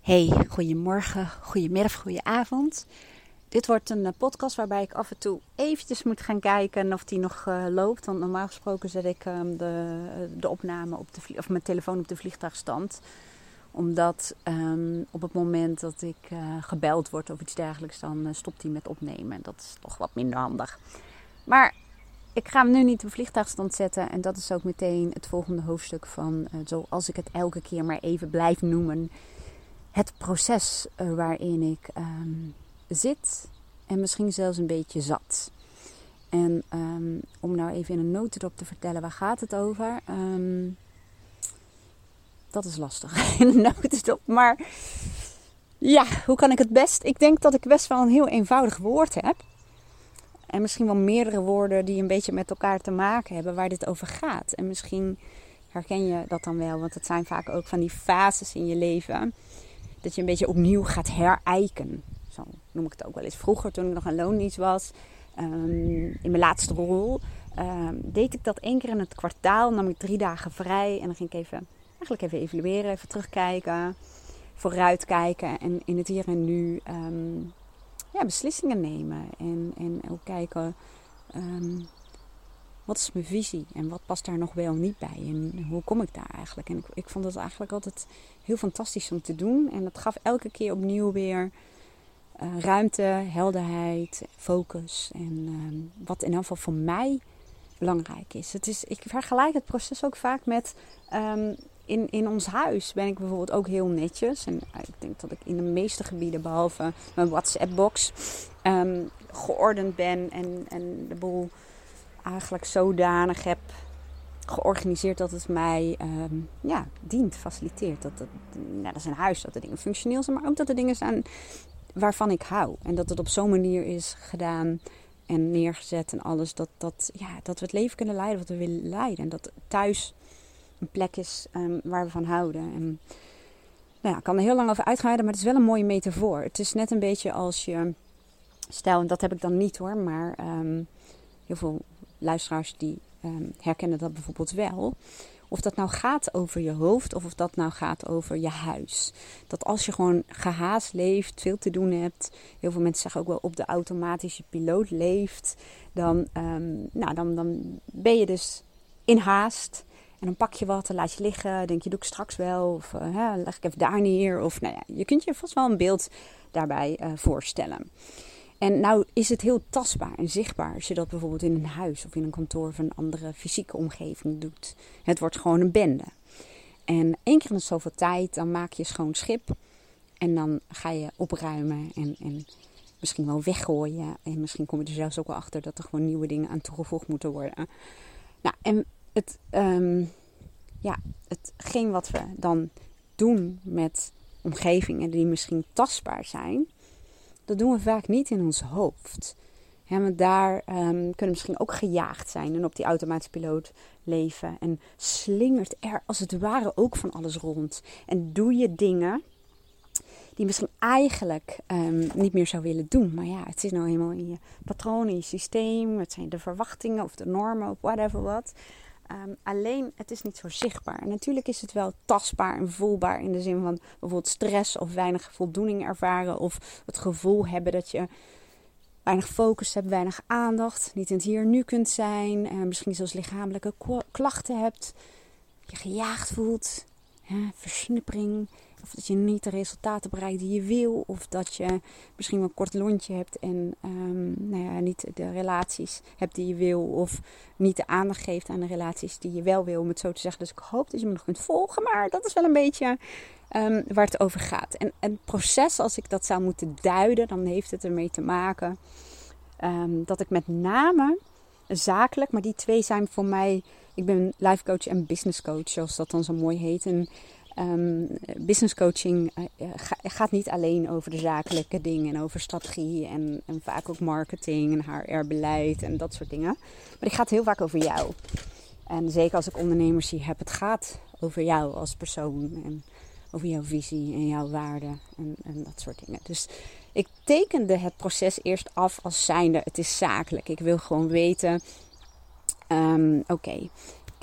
Hey, goedemorgen, goedemiddag, goedenavond. Dit wordt een podcast waarbij ik af en toe eventjes moet gaan kijken of die nog loopt. Want normaal gesproken zet ik de opname of mijn telefoon op de vliegtuigstand. Omdat op het moment dat ik gebeld word of iets dergelijks, dan stopt hij met opnemen. Dat is toch wat minder handig. Maar ik ga hem nu niet op de vliegtuigstand zetten. En dat is ook meteen het volgende hoofdstuk van, zoals ik het elke keer maar even blijf noemen, het proces waarin ik zit en misschien zelfs een beetje zat. En om nou even in een notendop te vertellen, waar gaat het over? Dat is lastig in een notendop. Maar ja, hoe kan ik het best? Ik denk dat ik best wel een heel eenvoudig woord heb. En misschien wel meerdere woorden die een beetje met elkaar te maken hebben waar dit over gaat. En misschien herken je dat dan wel, want het zijn vaak ook van die fases in je leven. Dat je een beetje opnieuw gaat herijken. Zo noem ik het ook wel eens. Vroeger, toen ik nog een loondienst was, in mijn laatste rol, deed ik dat 1 keer in het kwartaal. Nam ik 3 dagen vrij en dan ging ik even evalueren, even terugkijken, vooruitkijken en in het hier en nu beslissingen nemen. En ook kijken, wat is mijn visie en wat past daar nog wel niet bij en hoe kom ik daar eigenlijk? En ik vond het eigenlijk altijd heel fantastisch om te doen. En dat gaf elke keer opnieuw weer ruimte, helderheid, focus. En wat in elk geval voor mij belangrijk is. Ik vergelijk het proces ook vaak met in ons huis ben ik bijvoorbeeld ook heel netjes. En ik denk dat ik in de meeste gebieden, behalve mijn WhatsApp-box, geordend ben en de boel eigenlijk zodanig heb georganiseerd dat het mij dient, faciliteert. Dat is een huis, dat de dingen functioneel zijn, maar ook dat er dingen zijn waarvan ik hou. En dat het op zo'n manier is gedaan en neergezet en alles. Dat we het leven kunnen leiden wat we willen leiden. En dat thuis een plek is waar we van houden. En ik kan er heel lang over uitgaan, maar het is wel een mooie metafoor. Het is net een beetje als je, stel, en dat heb ik dan niet hoor, maar heel veel luisteraars die herkennen dat bijvoorbeeld wel. Of dat nou gaat over je hoofd of dat nou gaat over je huis. Dat als je gewoon gehaast leeft, veel te doen hebt. Heel veel mensen zeggen ook wel op de automatische piloot leeft. Dan ben je dus in haast. En dan pak je wat en laat je liggen. Denk je, doe ik straks wel. Of leg ik even daar neer. Of je kunt je vast wel een beeld daarbij voorstellen. En nou is het heel tastbaar en zichtbaar als je dat bijvoorbeeld in een huis of in een kantoor of een andere fysieke omgeving doet. Het wordt gewoon een bende. En 1 keer in zoveel tijd dan maak je schoon schip en dan ga je opruimen en misschien wel weggooien. En misschien kom je er zelfs ook wel achter dat er gewoon nieuwe dingen aan toegevoegd moeten worden. Nou, en hetgeen wat we dan doen met omgevingen die misschien tastbaar zijn, dat doen we vaak niet in ons hoofd. Ja, want daar kunnen we misschien ook gejaagd zijn en op die automatische piloot leven. En slingert er als het ware ook van alles rond. En doe je dingen die misschien eigenlijk niet meer zou willen doen. Maar ja, het zit nou helemaal in je patroon, in je systeem. Het zijn de verwachtingen of de normen of whatever wat. Alleen het is niet zo zichtbaar. En natuurlijk is het wel tastbaar en voelbaar in de zin van bijvoorbeeld stress of weinig voldoening ervaren. Of het gevoel hebben dat je weinig focus hebt, weinig aandacht. Niet in het hier en nu kunt zijn. Misschien zelfs lichamelijke klachten hebt. Je gejaagd voelt. Versnippering. Of dat je niet de resultaten bereikt die je wil. Of dat je misschien wel een kort lontje hebt en niet de relaties hebt die je wil. Of niet de aandacht geeft aan de relaties die je wel wil, om het zo te zeggen. Dus ik hoop dat je me nog kunt volgen. Maar dat is wel een beetje waar het over gaat. En het proces, als ik dat zou moeten duiden, dan heeft het ermee te maken dat ik met name zakelijk, maar die 2 zijn voor mij, ik ben life coach en business coach, zoals dat dan zo mooi heet. En business coaching gaat niet alleen over de zakelijke dingen en over strategie en vaak ook marketing en HR-beleid en dat soort dingen. Maar die gaat heel vaak over jou. En zeker als ik ondernemers zie heb, het gaat over jou als persoon en over jouw visie en jouw waarden en dat soort dingen. Dus ik tekende het proces eerst af als zijnde, het is zakelijk. Ik wil gewoon weten, oké,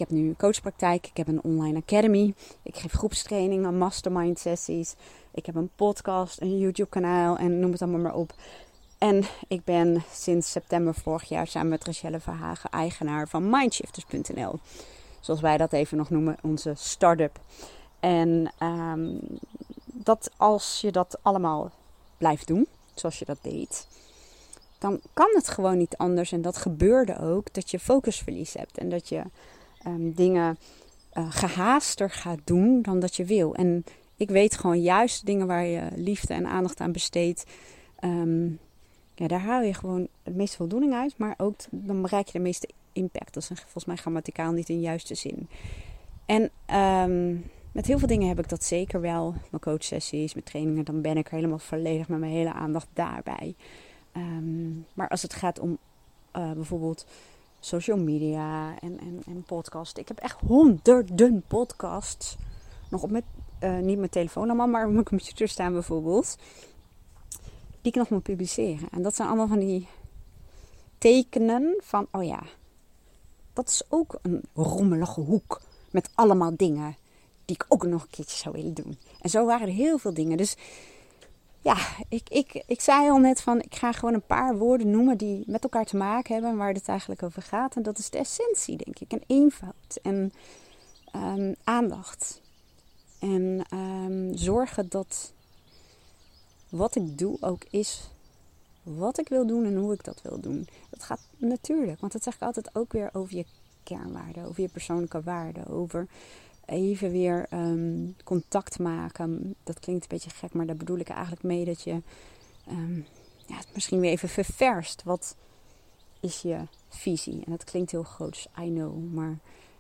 heb nu coachpraktijk, ik heb een online academy, ik geef groepstrainingen, mastermind sessies, ik heb een podcast, een YouTube kanaal en noem het allemaal maar op. En ik ben sinds september vorig jaar samen met Rachelle Verhagen eigenaar van Mindshifters.nl. Zoals wij dat even nog noemen, onze start-up. En dat als je dat allemaal blijft doen, zoals je dat deed, dan kan het gewoon niet anders. En dat gebeurde ook, dat je focusverlies hebt. En dat je dingen gehaaster gaat doen dan dat je wil. En ik weet gewoon juist dingen waar je liefde en aandacht aan besteedt. Daar haal je gewoon het meeste voldoening uit. Maar ook dan bereik je de meeste impact. Dat is volgens mij grammaticaal niet in de juiste zin. En met heel veel dingen heb ik dat zeker wel. Mijn coachsessies, mijn trainingen, dan ben ik helemaal volledig met mijn hele aandacht daarbij. Maar als het gaat om bijvoorbeeld social media en podcast. Ik heb echt honderden podcasts. Nog op niet mijn telefoon allemaal, maar op mijn computer staan bijvoorbeeld. Die ik nog moet publiceren. En dat zijn allemaal van die tekenen van, oh ja, dat is ook een rommelige hoek. Met allemaal dingen die ik ook nog een keertje zou willen doen. En zo waren er heel veel dingen. Dus ja, ik zei al net van, ik ga gewoon een paar woorden noemen die met elkaar te maken hebben. Waar het eigenlijk over gaat. En dat is de essentie, denk ik. En eenvoud. En aandacht. En zorgen dat wat ik doe ook is wat ik wil doen en hoe ik dat wil doen. Dat gaat natuurlijk, want dat zeg ik altijd ook weer over je kernwaarden, over je persoonlijke waarden, over even weer contact maken. Dat klinkt een beetje gek, maar daar bedoel ik eigenlijk mee dat je het misschien weer even ververst. Wat is je visie? En dat klinkt heel groots, I know, maar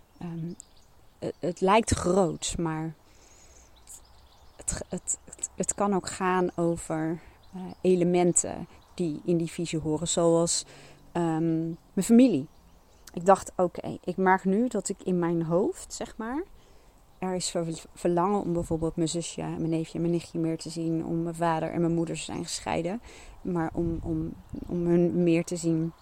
het lijkt groots, maar het kan ook gaan over elementen die in die visie horen, zoals mijn familie. Ik dacht, oké, ik merk nu dat ik in mijn hoofd, zeg maar, er is verlangen om bijvoorbeeld mijn zusje, mijn neefje en mijn nichtje meer te zien. Om mijn vader en mijn moeder zijn gescheiden, maar om hun meer te zien.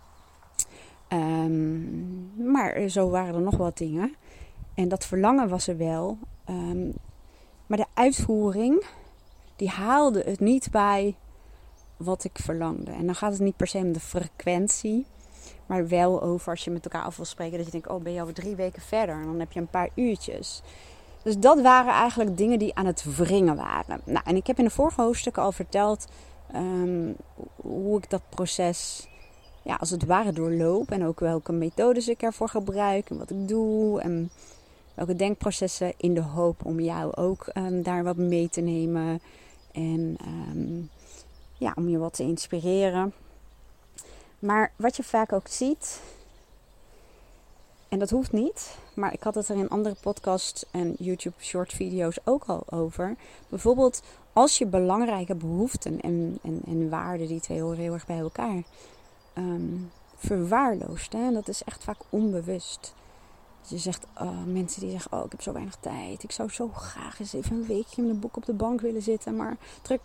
Maar zo waren er nog wat dingen. En dat verlangen was er wel. Maar de uitvoering, die haalde het niet bij wat ik verlangde. En dan gaat het niet per se om de frequentie, maar wel over als je met elkaar af wil spreken, dat je denkt, oh, ben je over 3 weken verder? En dan heb je een paar uurtjes. Dus dat waren eigenlijk dingen die aan het wringen waren. Nou, en ik heb in de vorige hoofdstukken al verteld hoe ik dat proces als het ware doorloop. En ook welke methodes ik ervoor gebruik en wat ik doe. En welke denkprocessen, in de hoop om jou ook daar wat mee te nemen. En om je wat te inspireren. Maar wat je vaak ook ziet, en dat hoeft niet, maar ik had het er in andere podcasts en YouTube short video's ook al over. Bijvoorbeeld als je belangrijke behoeften en waarden, die twee horen heel erg bij elkaar, verwaarloost. Hè? En dat is echt vaak onbewust. Dus je zegt, mensen die zeggen, ik heb zo weinig tijd. Ik zou zo graag eens even een weekje met een boek op de bank willen zitten. Maar druk.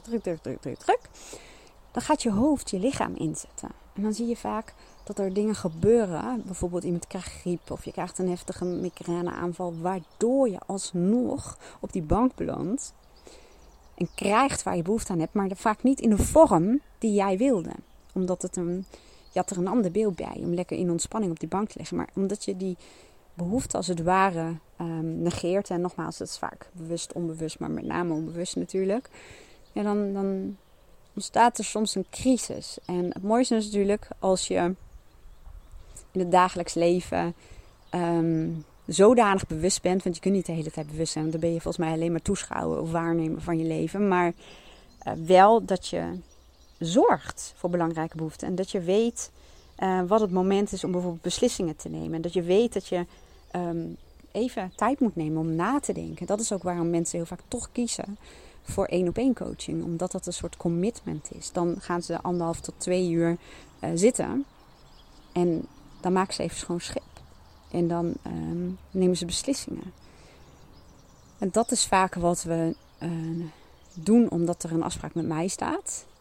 Dan gaat je hoofd je lichaam inzetten. En dan zie je vaak dat er dingen gebeuren. Bijvoorbeeld iemand krijgt griep of je krijgt een heftige migraineaanval. Waardoor je alsnog op die bank belandt. En krijgt waar je behoefte aan hebt. Maar vaak niet in de vorm die jij wilde. Omdat je had er een ander beeld bij. Om lekker in ontspanning op die bank te liggen. Maar omdat je die behoefte als het ware negeert. En nogmaals, het is vaak bewust, onbewust. Maar met name onbewust natuurlijk. En dan ontstaat er soms een crisis. En het mooiste is natuurlijk als je in het dagelijks leven zodanig bewust bent. Want je kunt niet de hele tijd bewust zijn. Want dan ben je volgens mij alleen maar toeschouwer of waarnemer van je leven. Maar wel dat je zorgt voor belangrijke behoeften. En dat je weet wat het moment is om bijvoorbeeld beslissingen te nemen. En dat je weet dat je even tijd moet nemen om na te denken. Dat is ook waarom mensen heel vaak toch kiezen voor 1-op-1 coaching. Omdat dat een soort commitment is. Dan gaan ze 1,5 tot 2 uur zitten. En dan maken ze even schoon schip. En dan nemen ze beslissingen. En dat is vaak wat we doen omdat er een afspraak met mij staat.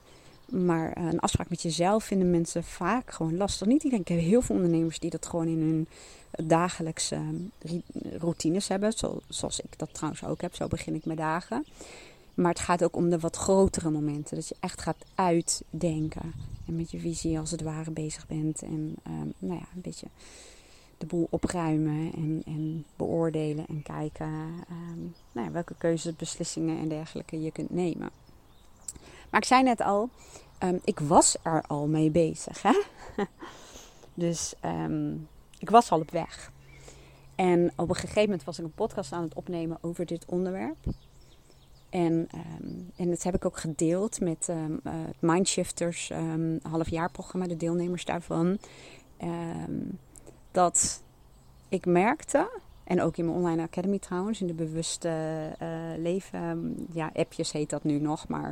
Maar een afspraak met jezelf vinden mensen vaak gewoon lastig. Niet iedereen. Ik heb heel veel ondernemers die dat gewoon in hun dagelijkse routines hebben. Zoals ik dat trouwens ook heb. Zo begin ik mijn dagen. Maar het gaat ook om de wat grotere momenten. Dat je echt gaat uitdenken. En met je visie als het ware bezig bent. En een beetje de boel opruimen. En beoordelen en kijken welke keuzes, beslissingen en dergelijke je kunt nemen. Maar ik zei net al, ik was er al mee bezig. Hè? Dus ik was al op weg. En op een gegeven moment was ik een podcast aan het opnemen over dit onderwerp. En dat heb ik ook gedeeld met het Mindshifters halfjaarprogramma, de deelnemers daarvan. Dat ik merkte, en ook in mijn online academy trouwens, in de bewuste leven, appjes heet dat nu nog, maar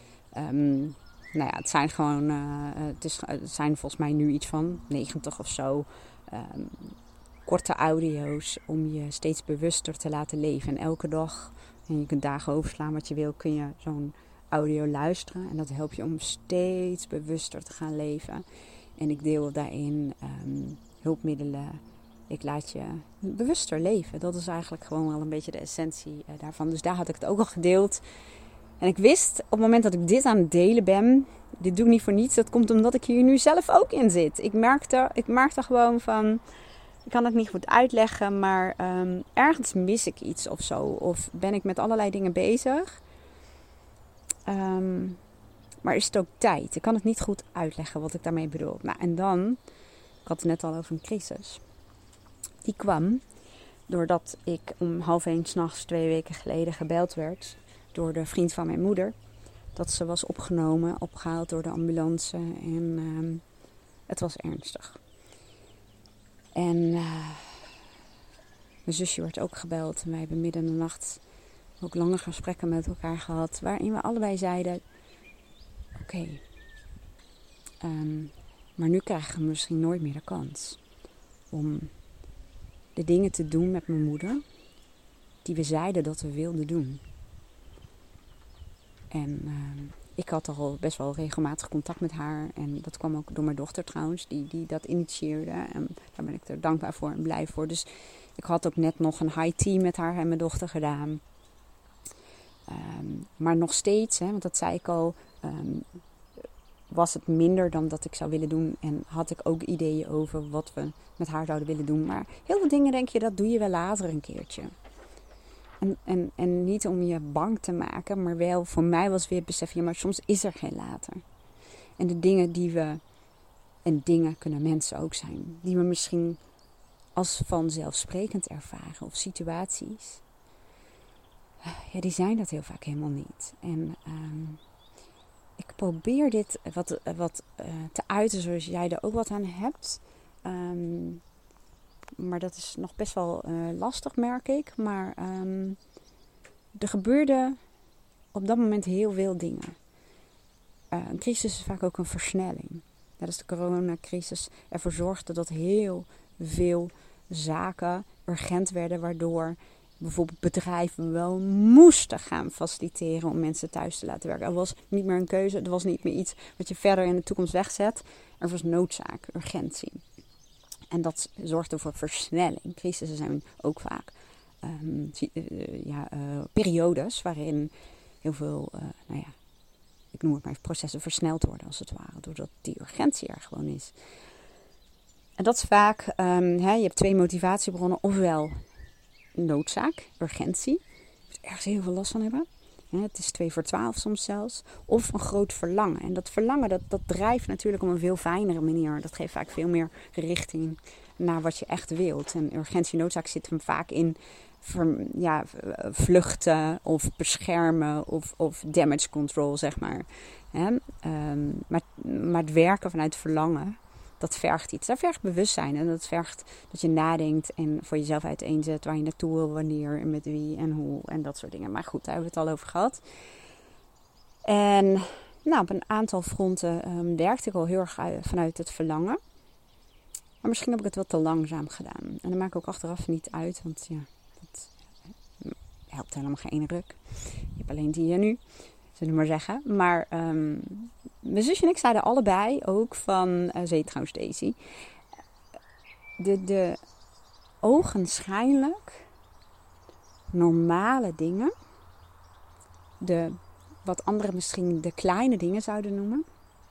het zijn gewoon, het zijn volgens mij nu iets van 90 of zo korte audio's om je steeds bewuster te laten leven. En elke dag, en je kunt dagen overslaan wat je wil, kun je zo'n audio luisteren. En dat helpt je om steeds bewuster te gaan leven. En ik deel daarin hulpmiddelen. Ik laat je bewuster leven. Dat is eigenlijk gewoon wel een beetje de essentie daarvan. Dus daar had ik het ook al gedeeld. En ik wist op het moment dat ik dit aan het delen ben, dit doe ik niet voor niets. Dat komt omdat ik hier nu zelf ook in zit. Ik merkte gewoon van, ik kan het niet goed uitleggen, maar ergens mis ik iets of zo. Of ben ik met allerlei dingen bezig. Maar is het ook tijd? Ik kan het niet goed uitleggen wat ik daarmee bedoel. Nou, en dan, ik had het net al over een crisis. Die kwam doordat ik om 12:30 s'nachts 2 weken geleden gebeld werd door de vriend van mijn moeder. Dat ze was opgehaald door de ambulance. En het was ernstig. En mijn zusje werd ook gebeld. En wij hebben midden in de nacht ook lange gesprekken met elkaar gehad. Waarin we allebei zeiden, oké, maar nu krijgen we misschien nooit meer de kans om de dingen te doen met mijn moeder die we zeiden dat we wilden doen. En ik had al best wel regelmatig contact met haar. En dat kwam ook door mijn dochter trouwens, die dat initieerde. En daar ben ik er dankbaar voor en blij voor. Dus ik had ook net nog een high tea met haar en mijn dochter gedaan. Maar nog steeds, want dat zei ik al, was het minder dan dat ik zou willen doen. En had ik ook ideeën over wat we met haar zouden willen doen. Maar heel veel dingen denk je, dat doe je wel later een keertje. En niet om je bang te maken, maar wel voor mij was weer het besef, maar soms is er geen later. En de dingen en dingen kunnen mensen ook zijn, die we misschien als vanzelfsprekend ervaren of situaties, die zijn dat heel vaak helemaal niet. En ik probeer dit wat te uiten zoals jij er ook wat aan hebt. Maar dat is nog best wel lastig, merk ik. Maar er gebeurde op dat moment heel veel dingen. Een crisis is vaak ook een versnelling. Dat is de coronacrisis ervoor zorgde dat heel veel zaken urgent werden. Waardoor bijvoorbeeld bedrijven wel moesten gaan faciliteren om mensen thuis te laten werken. Er was niet meer een keuze. Er was niet meer iets wat je verder in de toekomst wegzet. Er was noodzaak, urgentie. En dat zorgde voor versnelling. Crisissen zijn ook vaak periodes waarin heel veel, ik noem het maar even, processen versneld worden als het ware. Doordat die urgentie er gewoon is. En dat is vaak, je hebt 2 motivatiebronnen. Ofwel noodzaak, urgentie. Je moet ergens heel veel last van hebben. Het is 2 voor 12 soms zelfs. Of een groot verlangen. En dat verlangen, dat drijft natuurlijk op een veel fijnere manier. Dat geeft vaak veel meer richting naar wat je echt wilt. En urgentie, noodzaak zit hem vaak in vluchten of beschermen of damage control, zeg maar. Maar het werken vanuit verlangen, dat vergt iets. Dat vergt bewustzijn en dat vergt dat je nadenkt en voor jezelf uiteenzet waar je naartoe wil, wanneer en met wie en hoe en dat soort dingen. Maar goed, daar hebben we het al over gehad. En op een aantal fronten werkte ik al heel erg vanuit het verlangen. Maar misschien heb ik het wat te langzaam gedaan. En dat maakt ik ook achteraf niet uit, want dat helpt helemaal geen ruk. Je hebt alleen die nu, zullen we maar zeggen. Maar Mijn zusje en ik zeiden allebei ook van... trouwens Daisy. De ogenschijnlijk normale dingen... wat anderen misschien de kleine dingen zouden noemen...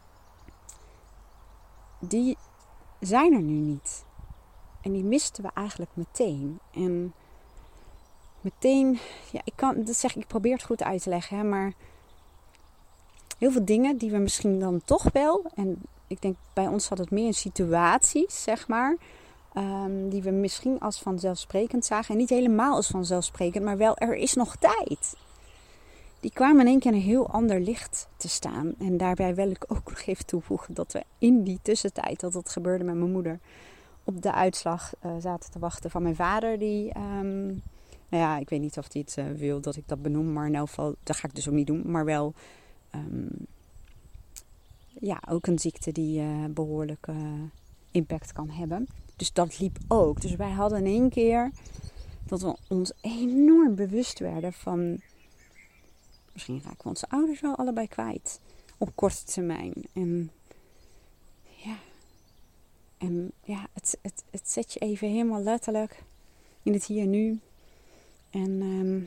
die zijn er nu niet. En die misten we eigenlijk meteen. En meteen... Ja, ik probeer het goed uit te leggen, hè, maar... Heel veel dingen die we misschien dan toch wel... En ik denk bij ons had het meer in situaties, zeg maar... die we misschien als vanzelfsprekend zagen. En niet helemaal als vanzelfsprekend, maar wel er is nog tijd. Die kwamen in één keer in een heel ander licht te staan. En daarbij wil ik ook nog even toevoegen dat we in die tussentijd, dat gebeurde met mijn moeder, op de uitslag zaten te wachten van mijn vader. Die, ik weet niet of hij het wil dat ik dat benoem, maar in elk geval, dat ga ik dus ook niet doen. Maar wel, ook een ziekte die behoorlijk impact kan hebben. Dus dat liep ook. Dus wij hadden in één keer dat we ons enorm bewust werden van... Misschien raken we onze ouders wel allebei kwijt. Op korte termijn. Het zet je even helemaal letterlijk in het hier en nu. En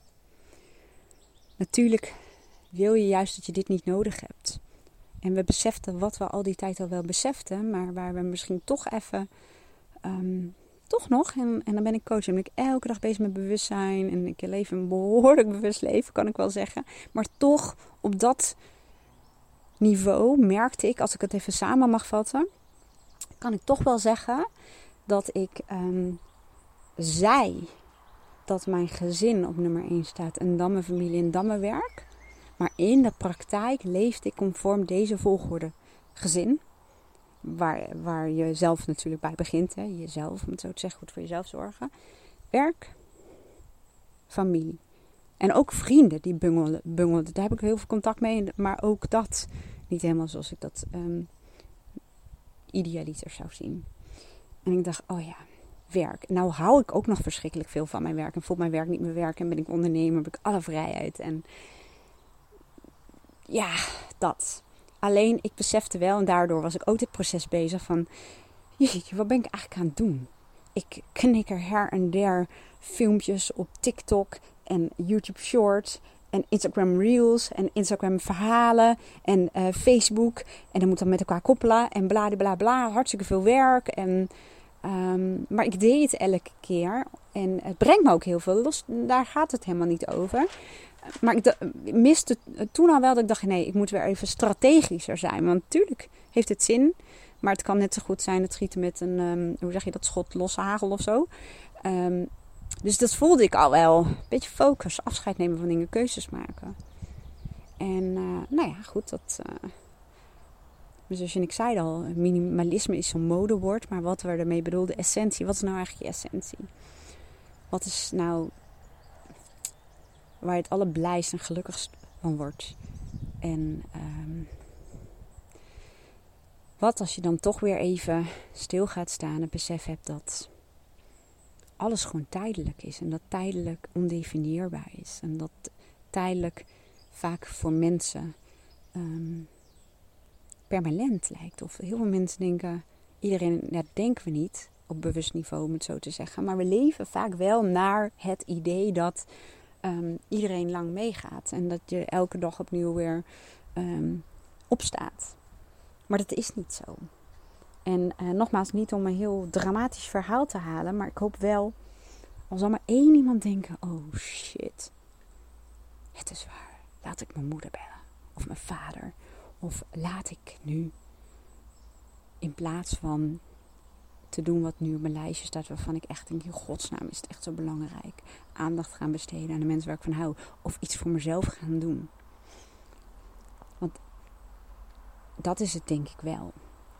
natuurlijk wil je juist dat je dit niet nodig hebt. En we beseften wat we al die tijd al wel beseften. Maar waar we misschien toch even... toch nog, en dan ben ik coach en ben ik elke dag bezig met bewustzijn. En ik leef een behoorlijk bewust leven, kan ik wel zeggen. Maar toch, op dat niveau merkte ik, als ik het even samen mag vatten... kan ik toch wel zeggen dat ik zei dat mijn gezin op nummer 1 staat. En dan mijn familie en dan mijn werk. Maar in de praktijk leefde ik conform deze volgorde. Gezin. Waar je zelf natuurlijk bij begint. Hè? Jezelf, om het zo te zeggen, goed voor jezelf zorgen. Werk. Familie. En ook vrienden die bungelen. Daar heb ik heel veel contact mee. Maar ook dat niet helemaal zoals ik dat idealiter zou zien. En ik dacht, oh ja, werk. Nou hou ik ook nog verschrikkelijk veel van mijn werk. En voelt mijn werk niet meer werk. En ben ik ondernemer, heb ik alle vrijheid. En ja, dat. Alleen, ik besefte wel, en daardoor was ik ook dit proces bezig van... Jeetje, wat ben ik eigenlijk aan het doen? Ik knikker her en der filmpjes op TikTok en YouTube Shorts en Instagram Reels en Instagram verhalen en Facebook. En dan moet dan met elkaar koppelen en bla, hartstikke veel werk. Maar ik deed het elke keer en het brengt me ook heel veel los. Daar gaat het helemaal niet over. Maar ik miste toen al wel dat ik dacht, nee, ik moet weer even strategischer zijn. Want natuurlijk heeft het zin, maar het kan net zo goed zijn het schieten met een, schot losse hagel of zo. Dus dat voelde ik al wel. Een beetje focus, afscheid nemen van dingen, keuzes maken. En goed, dat... mijn zusje en ik zeiden al, minimalisme is zo'n modewoord. Maar wat we ermee bedoelden, essentie. Wat is nou eigenlijk je essentie? Wat is nou... waar je het allerblijst en gelukkigst van wordt. En wat als je dan toch weer even stil gaat staan en besef hebt dat alles gewoon tijdelijk is. En dat tijdelijk ondefinieerbaar is. En dat tijdelijk vaak voor mensen permanent lijkt. Of heel veel mensen denken, denken we niet op bewust niveau om het zo te zeggen. Maar we leven vaak wel naar het idee dat iedereen lang meegaat. En dat je elke dag opnieuw weer opstaat. Maar dat is niet zo. En nogmaals, niet om een heel dramatisch verhaal te halen. Maar ik hoop wel, al zal maar één iemand denken, oh shit. Het is waar. Laat ik mijn moeder bellen. Of mijn vader. Of laat ik nu, in plaats van te doen wat nu op mijn lijstje staat, waarvan ik echt denk, in godsnaam is het echt zo belangrijk. Aandacht gaan besteden aan de mensen waar ik van hou. Of iets voor mezelf gaan doen. Want dat is het denk ik wel.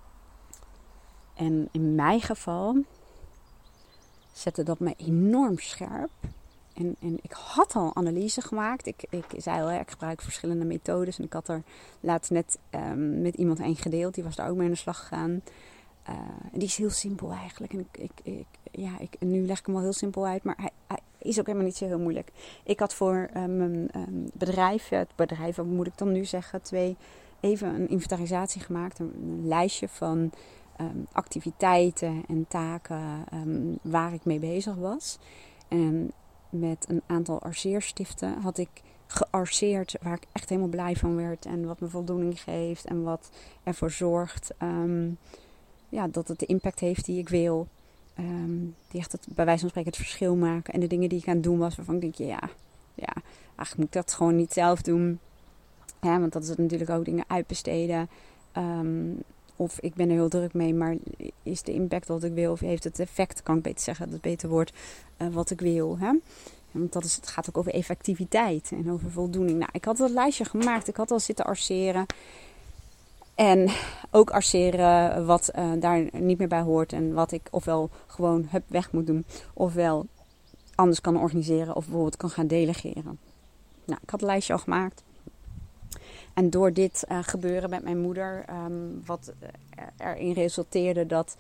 En in mijn geval zette dat me enorm scherp. En ik had al analyse gemaakt. Ik zei al, ik gebruik verschillende methodes. En ik had er laatst net met iemand een gedeeld. Die was daar ook mee aan de slag gegaan. Die is heel simpel eigenlijk. En nu leg ik hem al heel simpel uit. Maar hij is ook helemaal niet zo heel moeilijk. Ik had voor mijn bedrijf... Het bedrijf, wat moet ik dan nu zeggen? 2 even een inventarisatie gemaakt. Een lijstje van activiteiten en taken waar ik mee bezig was. En met een aantal arceerstiften had ik gearceerd waar ik echt helemaal blij van werd. En wat me voldoening geeft. En wat ervoor zorgt dat het de impact heeft die ik wil. Die echt bij wijze van spreken het verschil maken. En de dingen die ik aan het doen was waarvan ik denk, ja, eigenlijk moet ik dat gewoon niet zelf doen. Ja, want dat is het natuurlijk ook, dingen uitbesteden. Of ik ben er heel druk mee, maar is de impact wat ik wil? Of heeft het effect, kan ik beter zeggen, dat het beter wordt, wat ik wil. Hè? Want het gaat ook over effectiviteit en over voldoening. Nou, ik had dat lijstje gemaakt. Ik had al zitten arceren. En ook arceren wat daar niet meer bij hoort. En wat ik ofwel gewoon weg moet doen. Ofwel anders kan organiseren. Of bijvoorbeeld kan gaan delegeren. Nou, ik had het lijstje al gemaakt. En door dit gebeuren met mijn moeder. Wat erin resulteerde dat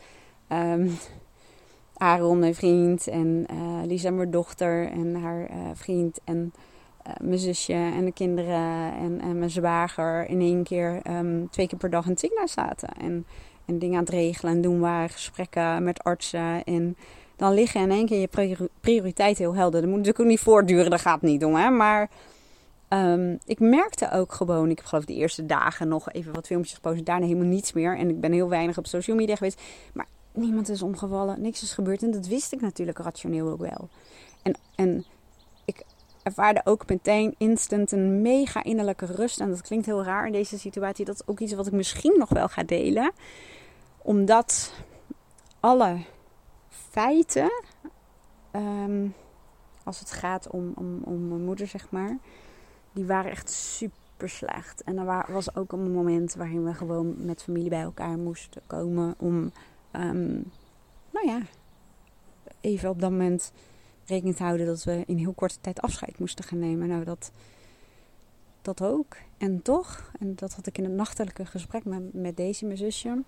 Aaron, mijn vriend. En Lisa, mijn dochter. En haar vriend. En mijn zusje en de kinderen en mijn zwager in één keer 2 keer per dag in het ziekenhuis zaten. En dingen aan het regelen en doen waren, gesprekken met artsen. En dan liggen in één keer je prioriteit heel helder. Dat moet natuurlijk ook niet voortduren, dat gaat niet om. Hè? Maar ik merkte ook gewoon, ik heb geloof ik de eerste dagen nog even wat filmpjes gepost. Daarna helemaal niets meer. En ik ben heel weinig op social media geweest. Maar niemand is omgevallen, niks is gebeurd. En dat wist ik natuurlijk rationeel ook wel. En ik ervaarde ook meteen instant een mega innerlijke rust. En dat klinkt heel raar in deze situatie. Dat is ook iets wat ik misschien nog wel ga delen. Omdat alle feiten, als het gaat om mijn moeder zeg maar, die waren echt super slecht. En er was ook een moment waarin we gewoon met familie bij elkaar moesten komen om, even op dat moment rekening te houden dat we in heel korte tijd afscheid moesten gaan nemen. Nou, dat ook. En toch, en dat had ik in het nachtelijke gesprek met Daisy, mijn zusje.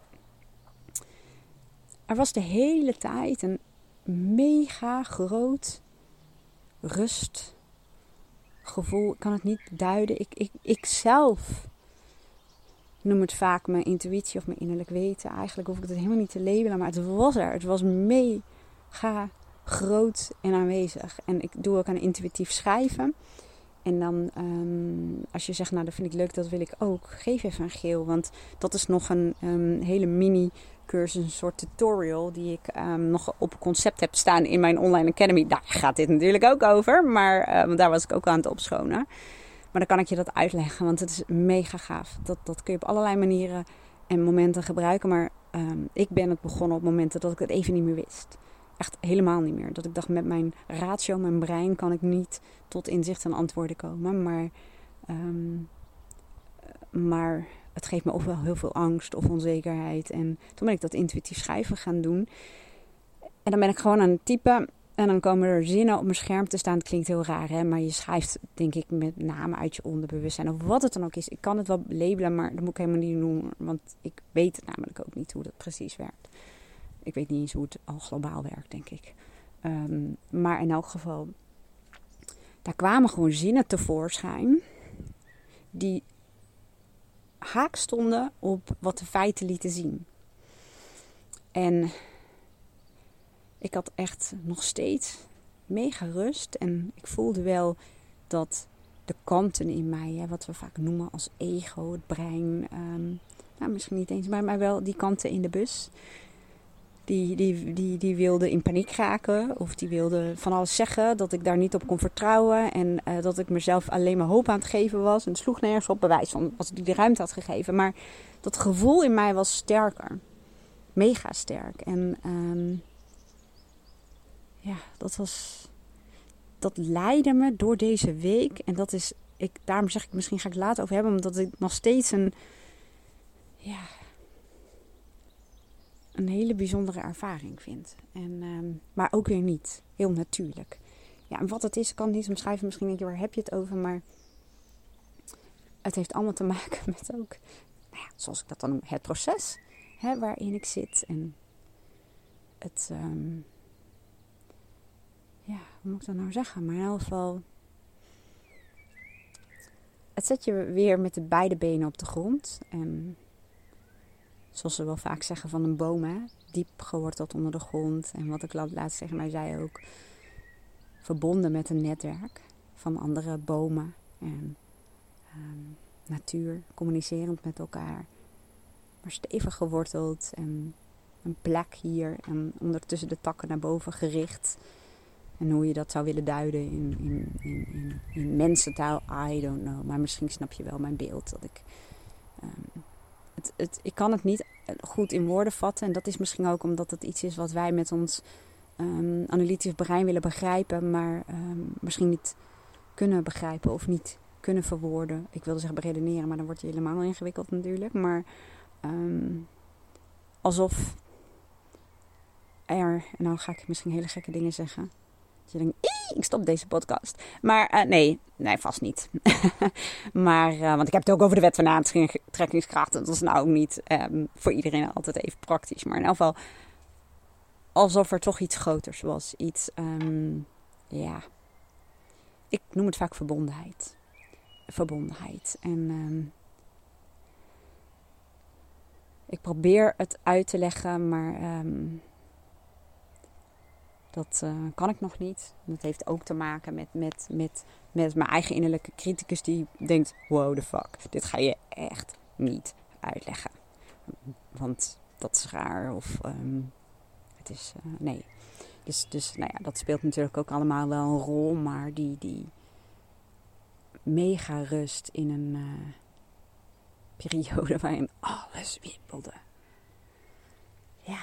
Er was de hele tijd een mega groot rustgevoel. Ik kan het niet duiden. Ik zelf noem het vaak mijn intuïtie of mijn innerlijk weten. Eigenlijk hoef ik het helemaal niet te labelen, maar het was er. Het was mega groot en aanwezig. En ik doe ook aan intuïtief schrijven. En dan, als je zegt, nou dat vind ik leuk, dat wil ik ook. Geef even een geel, want dat is nog een hele mini cursus, een soort tutorial die ik nog op concept heb staan in mijn online academy. Daar gaat dit natuurlijk ook over, maar want daar was ik ook aan het opschonen. Maar dan kan ik je dat uitleggen, want het is mega gaaf. Dat kun je op allerlei manieren en momenten gebruiken. Maar ik ben het begonnen op momenten dat ik het even niet meer wist. Echt helemaal niet meer. Dat ik dacht, met mijn ratio, mijn brein, kan ik niet tot inzicht en antwoorden komen. Maar het geeft me ook wel heel veel angst of onzekerheid. En toen ben ik dat intuïtief schrijven gaan doen. En dan ben ik gewoon aan het typen. En dan komen er zinnen op mijn scherm te staan. Het klinkt heel raar, hè? Maar je schrijft, denk ik, met name uit je onderbewustzijn. Of wat het dan ook is. Ik kan het wel labelen, maar dat moet ik helemaal niet doen. Want ik weet het namelijk ook niet hoe dat precies werkt. Ik weet niet eens hoe het al globaal werkt, denk ik. Maar in elk geval, daar kwamen gewoon zinnen tevoorschijn die haak stonden op wat de feiten lieten zien. En ik had echt nog steeds mega rust. En ik voelde wel dat de kanten in mij, hè, wat we vaak noemen als ego, het brein. Misschien niet eens, maar wel die kanten in de bus. Die wilde in paniek raken. Of die wilde van alles zeggen. Dat ik daar niet op kon vertrouwen. En dat ik mezelf alleen maar hoop aan het geven was. En het sloeg nergens op, bewijs van als ik die de ruimte had gegeven. Maar dat gevoel in mij was sterker. Mega sterk. En dat leidde me door deze week. En dat is, daarom zeg ik, misschien ga ik het later over hebben. Omdat ik nog steeds een hele bijzondere ervaring vind. Maar ook weer niet. Heel natuurlijk. Ja, en wat het is, kan ik niet omschrijven. Misschien denk je, waar heb je het over? Maar het heeft allemaal te maken met ook, zoals ik dat dan noem, het proces. Hè, waarin ik zit. En het, hoe moet ik dat nou zeggen? Maar in elk geval, het zet je weer met de beide benen op de grond. En zoals ze wel vaak zeggen van een boom, hè, diep geworteld onder de grond. En wat ik laatst tegen mij zei ook, verbonden met een netwerk van andere bomen en natuur, communicerend met elkaar. Maar stevig geworteld en een plek hier en ondertussen de takken naar boven gericht. En hoe je dat zou willen duiden in mensentaal, I don't know. Maar misschien snap je wel mijn beeld. Dat ik kan het niet goed in woorden vatten. En dat is misschien ook omdat het iets is wat wij met ons analytisch brein willen begrijpen. Maar misschien niet kunnen begrijpen of niet kunnen verwoorden. Ik wilde zeggen beredeneren, maar dan word je helemaal ingewikkeld natuurlijk. Maar alsof en nou ga ik misschien hele gekke dingen zeggen. Dat je denkt, ik stop deze podcast. Maar nee, vast niet. Maar, want ik heb het ook over de wet van aantrekkingskracht. Dat is nou ook niet voor iedereen altijd even praktisch. Maar in elk geval, alsof er toch iets groters was. Iets, ik noem het vaak verbondenheid. En ik probeer het uit te leggen, maar dat kan ik nog niet. Dat heeft ook te maken met mijn eigen innerlijke criticus die denkt, wow, the fuck, dit ga je echt niet uitleggen. Want dat is raar of het is, nee. Dus nou ja, dat speelt natuurlijk ook allemaal wel een rol, maar die mega rust in een periode waarin alles wiebelde. Ja.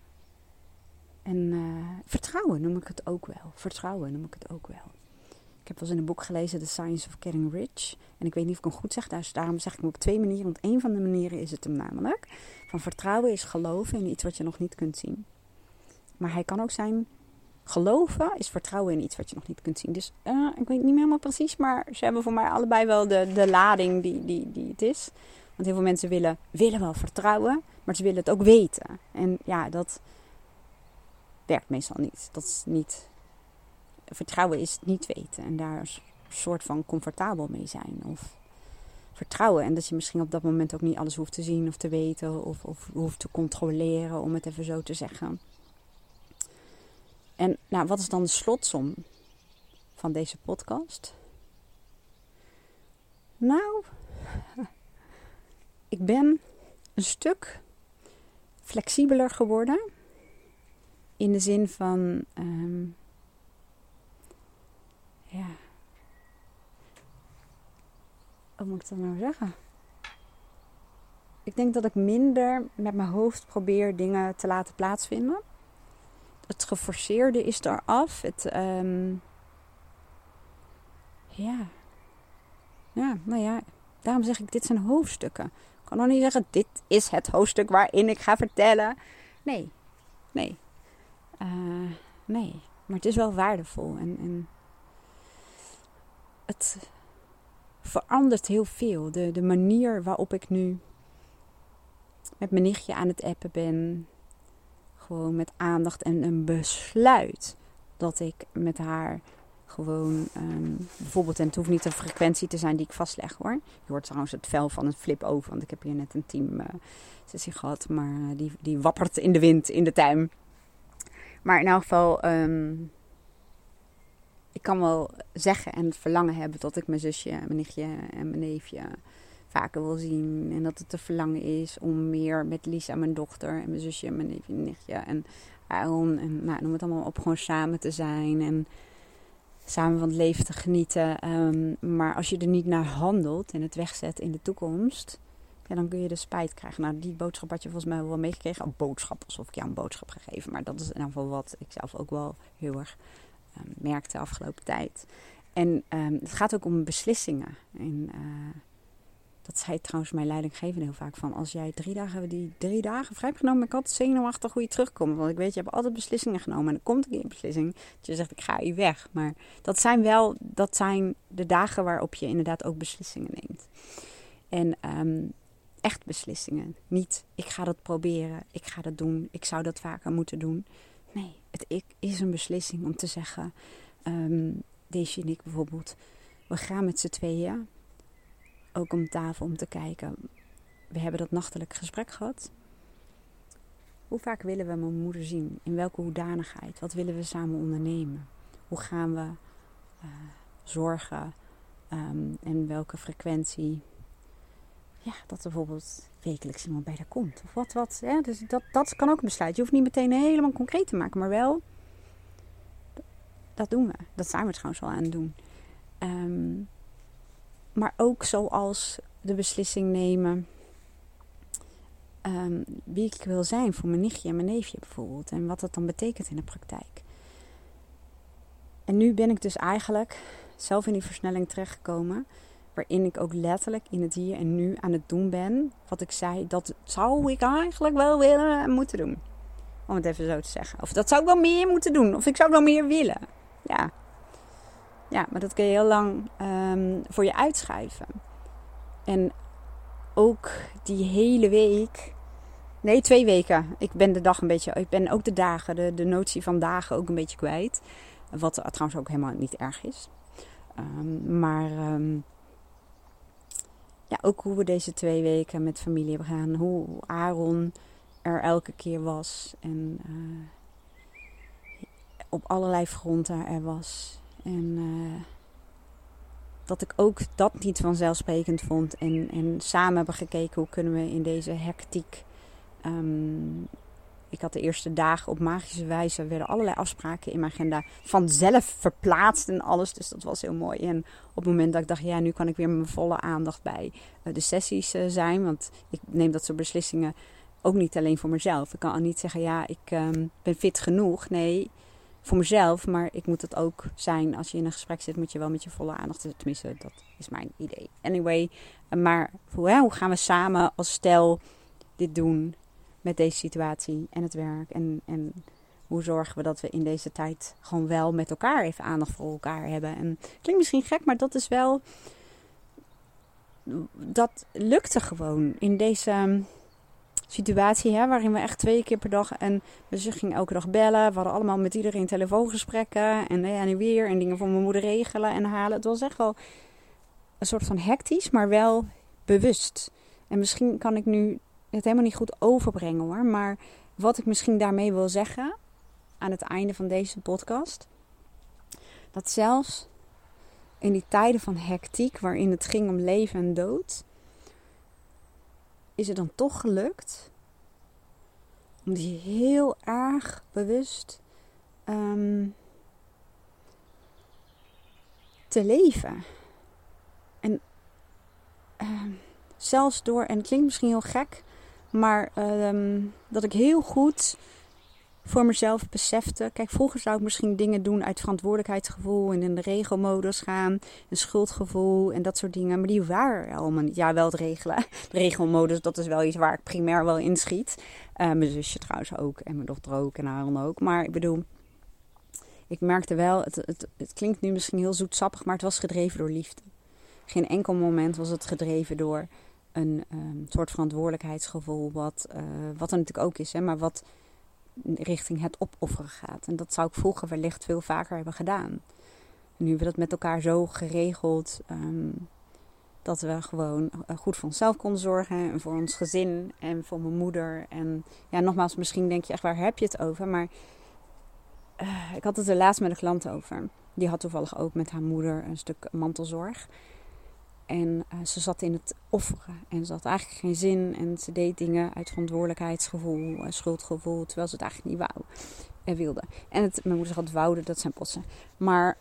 En vertrouwen noem ik het ook wel. Ik heb wel eens in een boek gelezen, The Science of Getting Rich. En ik weet niet of ik hem goed zeg, dus daarom zeg ik hem op 2 manieren. Want één van de manieren is het hem namelijk. Van vertrouwen is geloven in iets wat je nog niet kunt zien. Maar hij kan ook zijn, geloven is vertrouwen in iets wat je nog niet kunt zien. Dus ik weet niet meer helemaal precies, maar ze hebben voor mij allebei wel de lading die het is. Want heel veel mensen willen wel vertrouwen, maar ze willen het ook weten. En ja, dat werkt meestal niet. Dat is niet. Vertrouwen is niet weten en daar een soort van comfortabel mee zijn. Of vertrouwen en dat je misschien op dat moment ook niet alles hoeft te zien of te weten of hoeft te controleren, om het even zo te zeggen. En nou, wat is dan de slotsom van deze podcast? Nou, ik ben een stuk flexibeler geworden. In de zin van, hoe moet ik dat nou zeggen? Ik denk dat ik minder met mijn hoofd probeer dingen te laten plaatsvinden. Het geforceerde is eraf. Daarom zeg ik, dit zijn hoofdstukken. Ik kan nog niet zeggen, dit is het hoofdstuk waarin ik ga vertellen. Nee. Maar het is wel waardevol. En het verandert heel veel. De manier waarop ik nu met mijn nichtje aan het appen ben. Gewoon met aandacht en een besluit dat ik met haar gewoon bijvoorbeeld, en het hoeft niet een frequentie te zijn die ik vastleg hoor. Je hoort trouwens het vel van het flip over, want ik heb hier net een team sessie gehad, maar die wappert in de wind in de tuin. Maar in elk geval, ik kan wel zeggen en het verlangen hebben dat ik mijn zusje, mijn nichtje en mijn neefje vaker wil zien. En dat het te verlangen is om meer met Lisa, mijn dochter, en mijn zusje en mijn neefje en nichtje en Aaron en noem het allemaal op, gewoon samen te zijn en samen van het leven te genieten. Maar als je er niet naar handelt en het wegzet in de toekomst, ja, dan kun je de spijt krijgen. Nou, die boodschap had je volgens mij wel meegekregen. Een boodschap, alsof ik jou een boodschap ga geven. Maar dat is in ieder geval wat ik zelf ook wel heel erg merkte de afgelopen tijd. En het gaat ook om beslissingen. En dat zei trouwens mijn leidinggevende heel vaak van, als jij 3 dagen vrij hebt genomen, ik had zenuwachtig hoe je terugkomt. Want ik weet, je hebt altijd beslissingen genomen. En er komt een keer een beslissing dat je zegt, ik ga hier weg. Maar dat zijn de dagen waarop je inderdaad ook beslissingen neemt. En echt beslissingen. Niet, ik ga dat proberen, ik ga dat doen, ik zou dat vaker moeten doen. Nee, het is een beslissing om te zeggen, Daisy en ik bijvoorbeeld, we gaan met z'n tweeën ook om tafel om te kijken. We hebben dat nachtelijk gesprek gehad. Hoe vaak willen we mijn moeder zien? In welke hoedanigheid? Wat willen we samen ondernemen? Hoe gaan we zorgen? En welke frequentie? Ja, dat er bijvoorbeeld wekelijks iemand bij haar komt. Of wat. Ja, dus dat kan ook een besluit. Je hoeft niet meteen helemaal concreet te maken. Maar wel, dat doen we. Dat zijn we trouwens al aan het doen. Maar ook zoals de beslissing nemen. Wie ik wil zijn voor mijn nichtje en mijn neefje bijvoorbeeld. En wat dat dan betekent in de praktijk. En nu ben ik dus eigenlijk zelf in die versnelling terechtgekomen. Waarin ik ook letterlijk in het hier en nu aan het doen ben. Wat ik zei, dat zou ik eigenlijk wel willen en moeten doen. Om het even zo te zeggen. Of dat zou ik wel meer moeten doen. Of ik zou wel meer willen. Ja, maar dat kun je heel lang voor je uitschuiven. En ook die hele week. Nee, 2 weken. Ik ben de dag een beetje. Ik ben ook de dagen, de notie van dagen ook een beetje kwijt. Wat trouwens ook helemaal niet erg is. Ja, ook hoe we deze 2 weken met familie hebben gedaan. Hoe Aaron er elke keer was. En op allerlei fronten er was. En dat ik ook dat niet vanzelfsprekend vond. En samen hebben gekeken hoe kunnen we in deze hectiek. Ik had de eerste dagen op magische wijze. Werden allerlei afspraken in mijn agenda vanzelf verplaatst en alles. Dus dat was heel mooi. En op het moment dat ik dacht, ja, nu kan ik weer met mijn volle aandacht bij de sessies zijn. Want ik neem dat soort beslissingen ook niet alleen voor mezelf. Ik kan al niet zeggen, ja, ik ben fit genoeg. Nee, voor mezelf. Maar ik moet het ook zijn. Als je in een gesprek zit, moet je wel met je volle aandacht. Tenminste, dat is mijn idee. Anyway, maar hoe gaan we samen als stel dit doen met deze situatie en het werk? En hoe zorgen we dat we in deze tijd gewoon wel met elkaar even aandacht voor elkaar hebben? En klinkt misschien gek, maar dat is wel. Dat lukte gewoon in deze situatie, waarin we echt 2 keer per dag. En dus ik ging elke dag bellen. We hadden allemaal met iedereen telefoongesprekken. En weer. En dingen voor mijn moeder regelen en halen. Het was echt wel een soort van hectisch, maar wel bewust. En misschien kan ik nu het helemaal niet goed overbrengen hoor. Maar wat ik misschien daarmee wil zeggen aan het einde van deze podcast. Dat zelfs in die tijden van hectiek, waarin het ging om leven en dood, is het dan toch gelukt om die heel erg bewust te leven. En zelfs door, en het klinkt misschien heel gek, maar dat ik heel goed voor mezelf besefte. Kijk, vroeger zou ik misschien dingen doen uit verantwoordelijkheidsgevoel en in de regelmodus gaan. Een schuldgevoel en dat soort dingen. Maar die waren er allemaal niet. Ja, wel het regelen. De regelmodus, dat is wel iets waar ik primair wel in schiet. Mijn zusje trouwens ook. En mijn dochter ook. En Aaron ook. Maar ik bedoel, ik merkte wel, het klinkt nu misschien heel zoetsappig, maar het was gedreven door liefde. Geen enkel moment was het gedreven door een soort verantwoordelijkheidsgevoel. Wat er natuurlijk ook is, maar wat richting het opofferen gaat. En dat zou ik vroeger wellicht veel vaker hebben gedaan. En nu hebben we dat met elkaar zo geregeld dat we gewoon goed voor onszelf konden zorgen en voor ons gezin en voor mijn moeder. En ja, nogmaals, misschien denk je echt, waar heb je het over? Maar ik had het er laatst met een klant over. Die had toevallig ook met haar moeder een stuk mantelzorg. En ze zat in het offeren. En ze had eigenlijk geen zin. En ze deed dingen uit verantwoordelijkheidsgevoel, schuldgevoel. Terwijl ze het eigenlijk niet wou en wilde. En mijn moeder had wouden, dat zijn potsen. Maar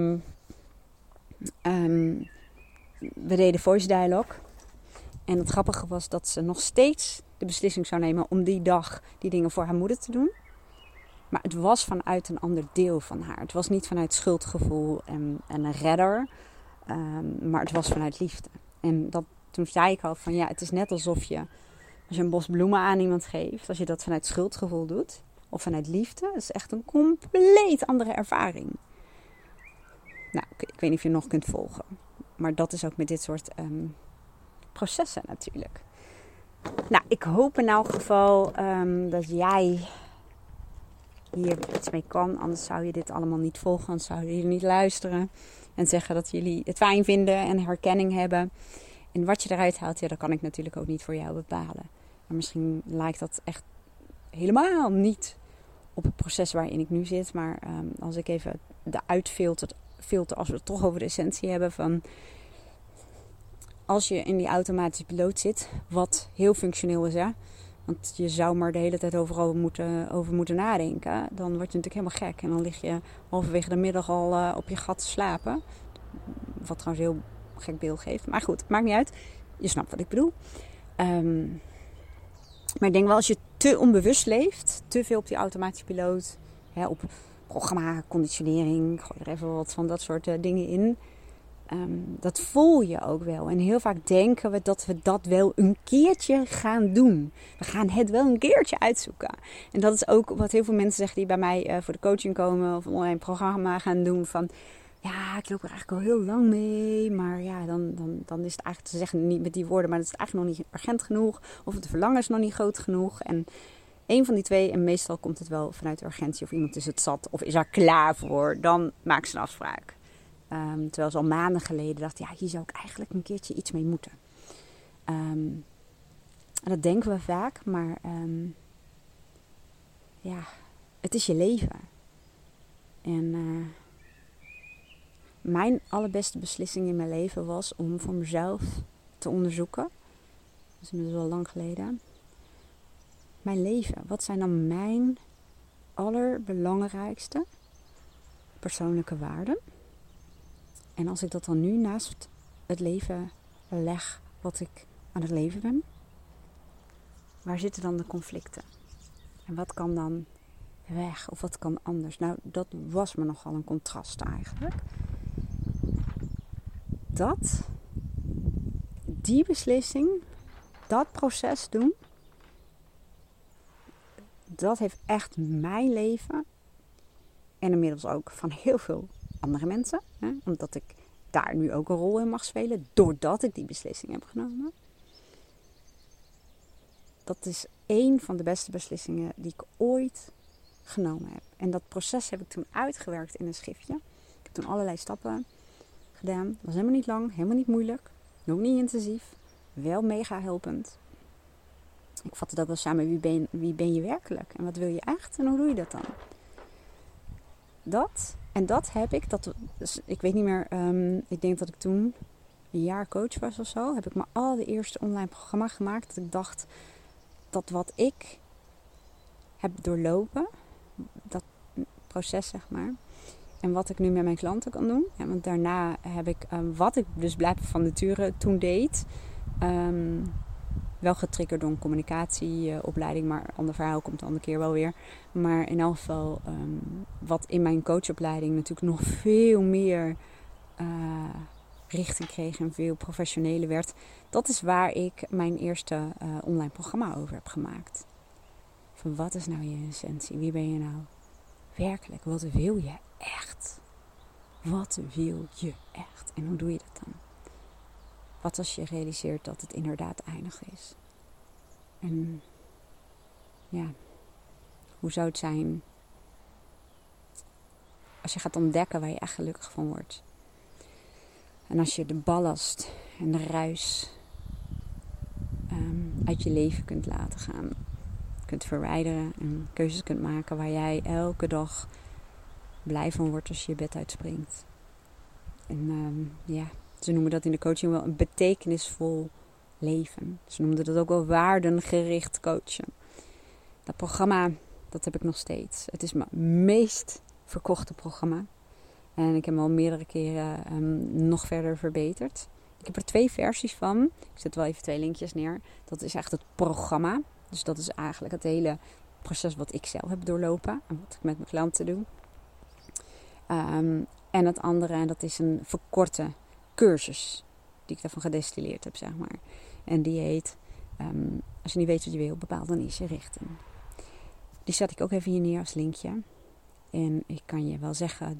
we deden voice dialogue. En het grappige was dat ze nog steeds de beslissing zou nemen om die dag die dingen voor haar moeder te doen. Maar het was vanuit een ander deel van haar. Het was niet vanuit schuldgevoel en een redder. Maar het was vanuit liefde. En toen zei ik al van ja, het is net alsof je, als je een bos bloemen aan iemand geeft, als je dat vanuit schuldgevoel doet, of vanuit liefde, dat is echt een compleet andere ervaring. Nou, ik weet niet of je nog kunt volgen. Maar dat is ook met dit soort processen natuurlijk. Nou, ik hoop in elk geval dat jij hier iets mee kan. Anders zou je dit allemaal niet volgen. Anders zou je hier niet luisteren. En zeggen dat jullie het fijn vinden en herkenning hebben. En wat je eruit haalt, dat kan ik natuurlijk ook niet voor jou bepalen. Maar misschien lijkt dat echt helemaal niet op het proces waarin ik nu zit. Maar als ik even de uitfilter, als we het toch over de essentie hebben van... Als je in die automatische piloot zit, wat heel functioneel is, hè. Want je zou maar de hele tijd overal over moeten nadenken. Dan word je natuurlijk helemaal gek. En dan lig je halverwege de middag al op je gat te slapen. Wat trouwens heel gek beeld geeft. Maar goed, maakt niet uit. Je snapt wat ik bedoel. Maar ik denk wel als je te onbewust leeft. Te veel op die automatische piloot. Hè, op programma, conditionering. Gooi er even wat van dat soort dingen in. Dat voel je ook wel. En heel vaak denken we dat wel een keertje gaan doen. We gaan het wel een keertje uitzoeken. En dat is ook wat heel veel mensen zeggen die bij mij voor de coaching komen. Of een online programma gaan doen. Van ja, ik loop er eigenlijk al heel lang mee. Maar ja, dan is het eigenlijk, ze zeggen niet met die woorden. Maar het is eigenlijk nog niet urgent genoeg. Of het verlangen is nog niet groot genoeg. En een van die twee, en meestal komt het wel vanuit urgentie. Of iemand is het zat of is er klaar voor. Dan maakt ze een afspraak. Terwijl ze al maanden geleden dacht, ja, hier zou ik eigenlijk een keertje iets mee moeten. En dat denken we vaak, maar ja, het is je leven. En mijn allerbeste beslissing in mijn leven was om voor mezelf te onderzoeken. Dat is inmiddels wel lang geleden. Mijn leven, wat zijn dan mijn allerbelangrijkste persoonlijke waarden? En als ik dat dan nu naast het leven leg wat ik aan het leven ben, waar zitten dan de conflicten? En wat kan dan weg of wat kan anders? Nou, dat was me nogal een contrast eigenlijk. Die beslissing, dat proces doen, dat heeft echt mijn leven en inmiddels ook van heel veel andere mensen, hè, omdat ik daar nu ook een rol in mag spelen, doordat ik die beslissing heb genomen. Dat is één van de beste beslissingen die ik ooit genomen heb. En dat proces heb ik toen uitgewerkt in een schriftje. Ik heb toen allerlei stappen gedaan. Dat was helemaal niet lang, helemaal niet moeilijk, ook niet intensief, wel mega helpend. Ik vat het ook wel samen, wie ben je werkelijk en wat wil je echt en hoe doe je dat dan? Dat heb ik, dus ik weet niet meer, ik denk dat ik toen een jaar coach was of zo, heb ik mijn allereerste online programma gemaakt. Dat ik dacht dat wat ik heb doorlopen, dat proces zeg maar, en wat ik nu met mijn klanten kan doen. Ja, want daarna heb ik, wat ik dus blijkbaar van nature toen deed, wel getriggerd door een communicatieopleiding, maar een ander verhaal komt de andere keer wel weer. Maar in elk geval, wat in mijn coachopleiding natuurlijk nog veel meer richting kreeg en veel professioneler werd. Dat is waar ik mijn eerste online programma over heb gemaakt. Van wat is nou je essentie? Wie ben je nou werkelijk? Wat wil je echt? Wat wil je echt? En hoe doe je dat dan? Wat als je realiseert dat het inderdaad eindig is? En ja, hoe zou het zijn als je gaat ontdekken waar je echt gelukkig van wordt? En als je de ballast en de ruis uit je leven kunt laten gaan. Kunt verwijderen en keuzes kunt maken waar jij elke dag blij van wordt als je je bed uitspringt. En ja, ze noemen dat in de coaching wel een betekenisvol leven. Ze noemden dat ook wel waardengericht coachen. Dat programma, dat heb ik nog steeds. Het is mijn meest verkochte programma. En ik heb hem al meerdere keren nog verder verbeterd. Ik heb er 2 versies van. Ik zet wel even 2 linkjes neer. Dat is echt het programma. Dus dat is eigenlijk het hele proces wat ik zelf heb doorlopen. En wat ik met mijn klanten doe. En het andere, dat is een verkorte cursus. Die ik daarvan gedestilleerd heb, zeg maar. En die heet, als je niet weet wat je wil, bepaal dan is je richting. Die zet ik ook even hier neer als linkje. En ik kan je wel zeggen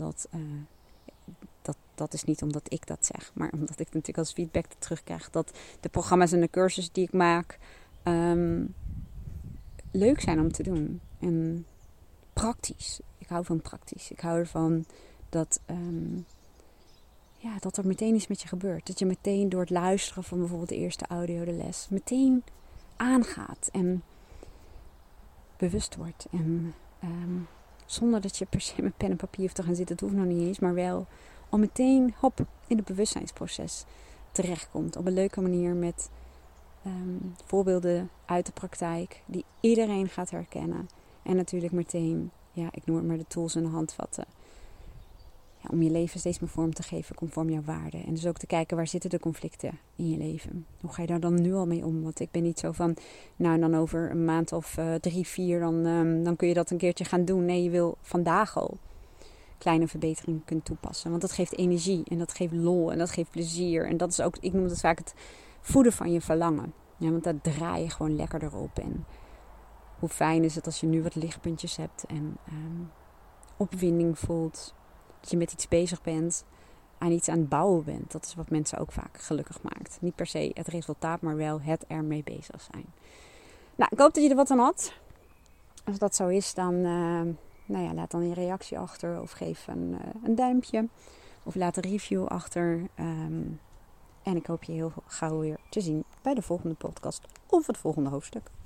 dat is niet omdat ik dat zeg. Maar omdat ik natuurlijk als feedback terugkrijg dat de programma's en de cursussen die ik maak leuk zijn om te doen. En praktisch. Ik hou van praktisch. Ik hou ervan dat dat er meteen iets met je gebeurt. Dat je meteen door het luisteren van bijvoorbeeld de eerste audio, de les, meteen aangaat en bewust wordt. En zonder dat je per se met pen en papier hoeft te gaan zitten, het hoeft nog niet eens, maar wel al meteen in het bewustzijnsproces terechtkomt. Op een leuke manier met voorbeelden uit de praktijk die iedereen gaat herkennen. En natuurlijk meteen, ik noem het maar de tools en de handvatten. Om je leven steeds meer vorm te geven conform jouw waarden. En dus ook te kijken, waar zitten de conflicten in je leven? Hoe ga je daar dan nu al mee om? Want ik ben niet zo van, dan over een maand of 3, 4, dan kun je dat een keertje gaan doen. Nee, je wil vandaag al kleine verbeteringen kunnen toepassen. Want dat geeft energie en dat geeft lol en dat geeft plezier. En dat is ook, ik noem dat vaak het voeden van je verlangen. Ja, want daar draai je gewoon lekker erop. En hoe fijn is het als je nu wat lichtpuntjes hebt en opwinding voelt. Dat je met iets bezig bent, aan iets aan het bouwen bent. Dat is wat mensen ook vaak gelukkig maakt. Niet per se het resultaat, maar wel het ermee bezig zijn. Nou, ik hoop dat je er wat aan had. Als dat zo is, dan laat dan je reactie achter. Of geef een duimpje. Of laat een review achter. En ik hoop je heel gauw weer te zien bij de volgende podcast. Of het volgende hoofdstuk.